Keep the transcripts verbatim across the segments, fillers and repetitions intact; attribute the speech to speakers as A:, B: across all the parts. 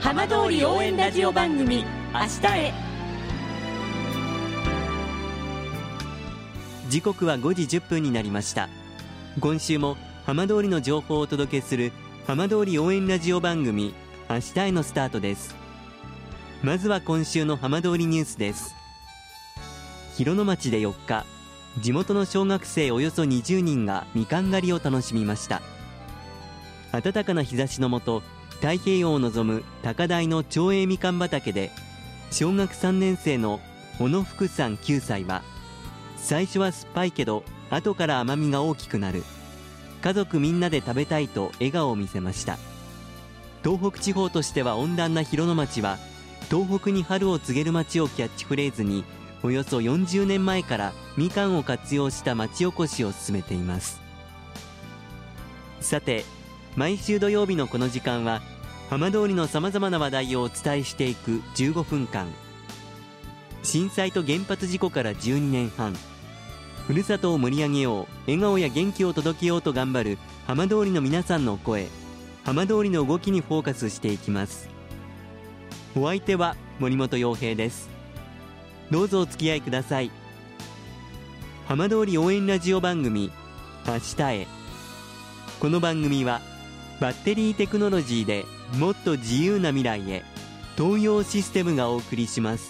A: 浜通り応援ラジオ番組明日へ。
B: 時刻はごじじゅっぷんになりました。今週も浜通りの情報をお届けする浜通り応援ラジオ番組明日へのスタートです。まずは今週の浜通りニュースです。広野町でよっか、地元の小学生およそにじゅうにんがみかん狩りを楽しみました。暖かな日差しの下、太平洋を望む高台の町営みかん畑で、小学さんねん生の小野福さんきゅうさいは、最初は酸っぱいけど後から甘みが大きくなる、家族みんなで食べたいと笑顔を見せました。東北地方としては温暖な広野町は、東北に春を告げる町をキャッチフレーズに、およそよんじゅうねんまえからみかんを活用した町おこしを進めています。さて、毎週土曜日のこの時間は浜通りのさまざまな話題をお伝えしていくじゅうごふんかん。震災と原発事故からじゅうにねんはん、ふるさとを盛り上げよう、笑顔や元気を届けようと頑張る浜通りの皆さんの声、浜通りの動きにフォーカスしていきます。お相手は森本洋平です。どうぞお付き合いください。浜通り応援ラジオ番組明日へ。この番組はバッテリーテクノロジーでもっと自由な未来へ、東洋システムがお送りします。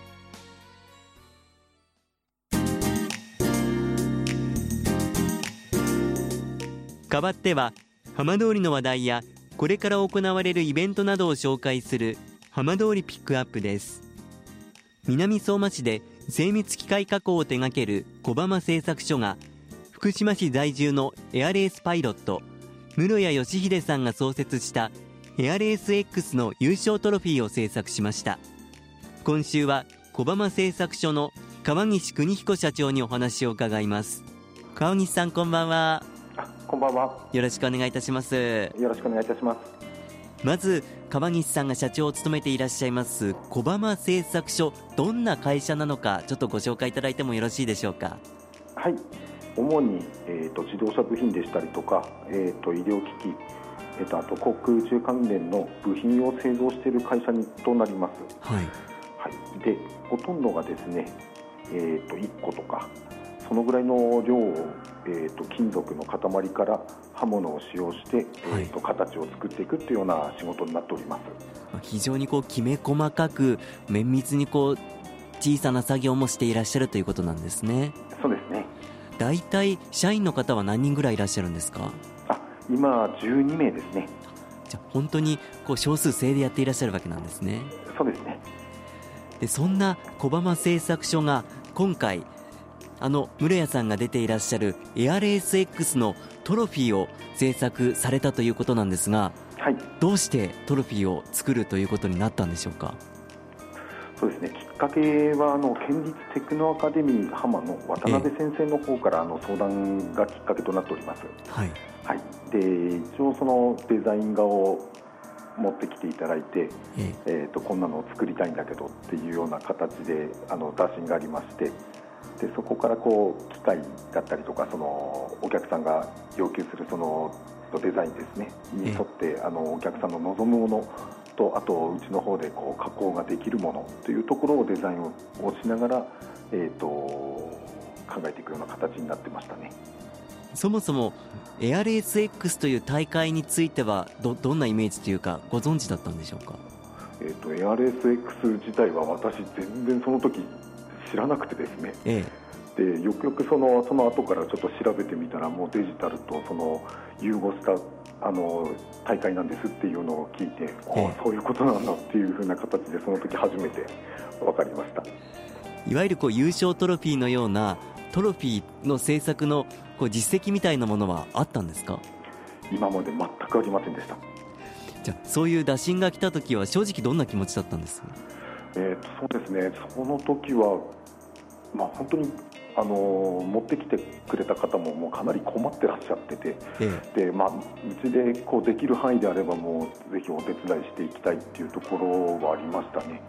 B: 代わっては浜通りの話題やこれから行われるイベントなどを紹介する浜通りピックアップです。南相馬市で精密機械加工を手掛ける小浜製作所が、福島市在住のエアレースパイロット室谷義秀さんが創設したエアレース X の優勝トロフィーを制作しました。今週は小浜製作所の川岸邦彦社長にお話を伺います。川岸さん、こんばんは。
C: あ、こんばんは。
B: よろしくお願いいたします。
C: よろしくお願いいたします。
B: まず川岸さんが社長を務めていらっしゃいます小浜製作所、どんな会社なのかちょっとご紹介いただいてもよろしいでしょうか。
C: はい、主に、えー、と自動車部品でしたりとか、えー、と医療機器、えー、とあと航空宇宙関連の部品を製造している会社にとなります。
B: はい、
C: はい、でほとんどがですね、えー、といっことかそのぐらいの量を、えー、と金属の塊から刃物を使用して、えー、と形を作っていくというような仕事になっております。
B: 非常にこうきめ細かく綿密にこう小さな作業もしていらっしゃるということなんですね。
C: そうですね。
B: だいたい社員の方は何人ぐらいいらっしゃるんですか？
C: あ、今じゅうにめいですね。
B: じゃあ本当にこう少数制でやっていらっしゃるわけなんですね。
C: そうですね。
B: でそんな小浜製作所が今回あの室谷さんが出ていらっしゃるエアレース X のトロフィーを制作されたということなんですが、
C: はい、
B: どうしてトロフィーを作るということになったんでしょうか？
C: そうですね、きっかけはあの県立テクノアカデミー浜の渡辺先生の方からあの相談がきっかけとなっております。
B: はい、
C: はい、で一応そのデザイン画を持ってきていただいて、ええー、とこんなのを作りたいんだけどっていうような形であの打診がありまして、でそこからこう機械だったりとかそのお客さんが要求するそのデザインですねに沿ってあのお客さんの望むものと、あとうちの方でこう加工ができるものというところをデザインをしながら、えー、と考えていくような形になってましたね。
B: そもそもエアレース X という大会については ど, どんなイメージというかご存知だったんでしょうか？
C: えー、とエアレース X 自体は私全然その時知らなくてですね、ええ、でよくよくそのその後からちょっと調べてみたら、もうデジタルとその融合したあの大会なんですっていうのを聞いて、ええ、そういうことなんだっていう風な形でその時初めて分かりました。
B: いわゆるこう優勝トロフィーのようなトロフィーの制作のこう実績みたいなものはあったんですか？
C: 今まで全くありませんでした。
B: じゃあそういう打診が来た時は正直どんな気持ちだったんですか？
C: えー、そうですね、その時は、まあ、本当にあの持ってきてくれた方ももうかなり困ってらっしゃってて、ええ、でまあ、うちでこうできる範囲であればもうぜひお手伝いしていきたいっていうところはありましたね。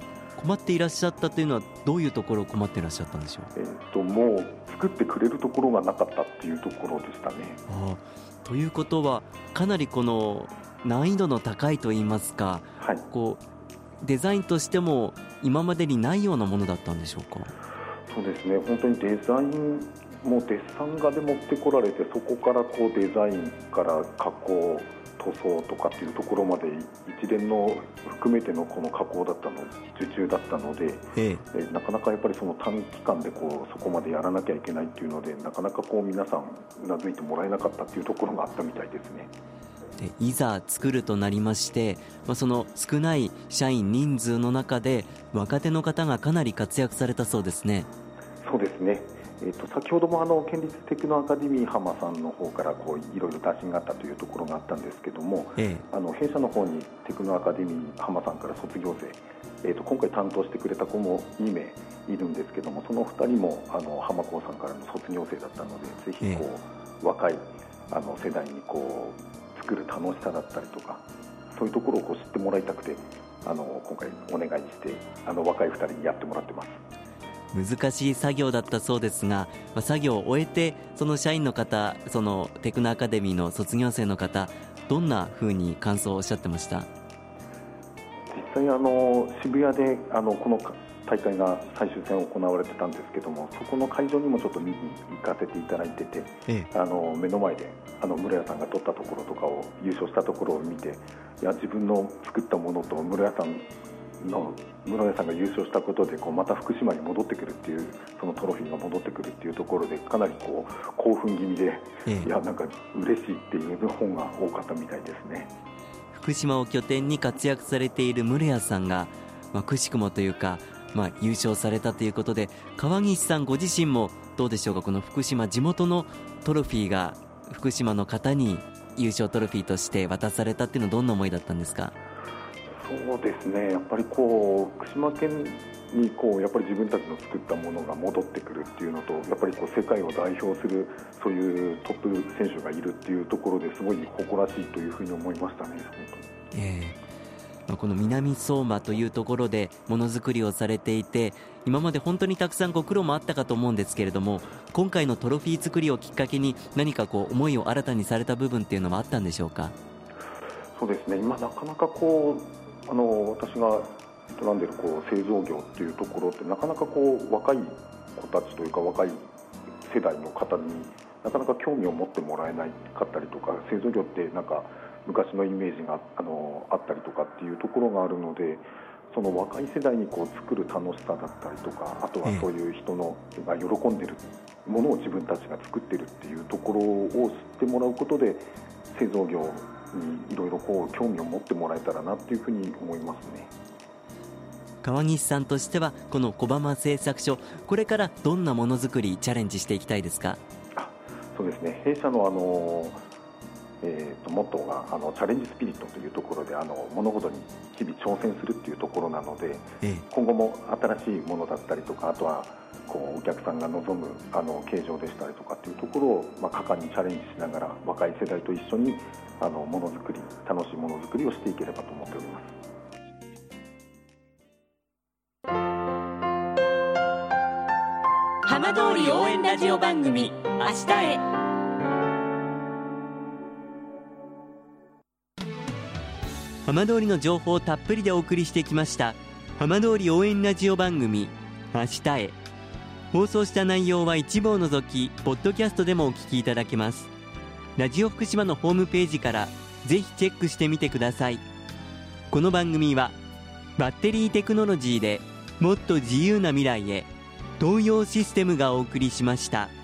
B: 困っていらっしゃったというのはどういうところを困っていらっしゃったんでしょう。
C: えー、ともう作ってくれるところがなかったっていうところでしたね。
B: あということはかなりこの難易度の高いといいますか、はい、こうデザインとしても今までにないようなものだったんでしょうか。
C: そうですね、本当にデザインもデッサン画で持ってこられて、そこからこうデザインから加工塗装とかっていうところまで一連の含めてのこの加工だったの受注だったので、ええ、なかなかやっぱりその短期間でこうそこまでやらなきゃいけないっていうので、なかなかこう皆さんうなずいてもらえなかったっていうところがあったみたいですね。
B: でいざ作るとなりまして、まあ、その少ない社員人数の中で若手の方がかなり活躍されたそうですね。
C: そうですね、えー、と先ほどもあの県立テクノアカデミー浜さんの方からこういろいろ打診があったというところがあったんですけども、ええ、あの弊社の方にテクノアカデミー浜さんから卒業生、えー、と今回担当してくれた子もにめいいるんですけども、そのふたりもあの浜高さんからの卒業生だったので、ぜひこう、ええ、若いあの世代にこう作る楽しさだったりとか、そういうところをこう知ってもらいたくて、あの今回お願いしてあの若いふたりにやってもらってます。
B: 難しい作業だったそうですが、まあ、作業を終えてその社員の方、そのテクノアカデミーの卒業生の方、どんな風に感想をおっしゃってました？
C: 実際あの渋谷であのこの大会が最終戦行われてたんですけども、そこの会場にもちょっと見に行かせていただいてて、ええ、あの目の前であの室谷さんが取ったところとかを優勝したところを見て、いや自分の作ったものと室谷さんの室谷さんが優勝したことでこうまた福島に戻ってくるっていう、そのトロフィーが戻ってくるっていうところでかなりこう興奮気味で、ええ、いやなんか嬉しいっていう本が多かったみたいですね。
B: 福島を拠点に活躍されている室谷さんが、まあ、くしくもというか、まあ、優勝されたということで、川岸さんご自身もどうでしょうか。この福島地元のトロフィーが福島の方に優勝トロフィーとして渡されたっていうのはどんな思いだったんですか？
C: そうですね、やっぱりこう福島県にこうやっぱり自分たちの作ったものが戻ってくるっていうのと、やっぱりこう世界を代表するそういうトップ選手がいるっていうところですごい誇らしいというふうに思いましたね。本当に、え
B: ーまあ、この南相馬というところでものづくりをされていて、今まで本当にたくさんご苦労もあったかと思うんですけれども、今回のトロフィー作りをきっかけに何かこう思いを新たにされた部分っていうのはあったんでしょうか？
C: そうですね、今なかなかこうあの私が営んでいるこう製造業っていうところってなかなかこう若い子たちというか若い世代の方になかなか興味を持ってもらえないかったりとか、製造業ってなんか昔のイメージが あのあったりとかっていうところがあるので、その若い世代にこう作る楽しさだったりとか、あとはそういう人のが喜んでるものを自分たちが作ってるっていうところを知ってもらうことで、製造業にいろいろこう興味を持ってもらえたらなっていうふうに思いますね。
B: 川岸さんとしてはこの小浜製作所、これからどんなものづくりチャレンジしていきたいですか？
C: あそうですね、弊社のあの、えー、とモットーがあのチャレンジスピリットというところで、あの物事に日々挑戦するっていうところなので、ええ、今後も新しいものだったりとか、あとはこうお客さんが望むあの形状でしたりとかっていうところを、まあ、果敢にチャレンジしながら若い世代と一緒にあのものづくり、楽しいものづくりをしていければと思っております。
A: 浜通り応援ラジオ番組明日へ。
B: 浜通りの情報をたっぷりでお送りしてきました浜通り応援ラジオ番組明日へ。放送した内容は一部を除きポッドキャストでもお聞きいただけます。ラジオ福島のホームページからぜひチェックしてみてください。この番組はバッテリーテクノロジーでもっと自由な未来へ、東洋システムがお送りしました。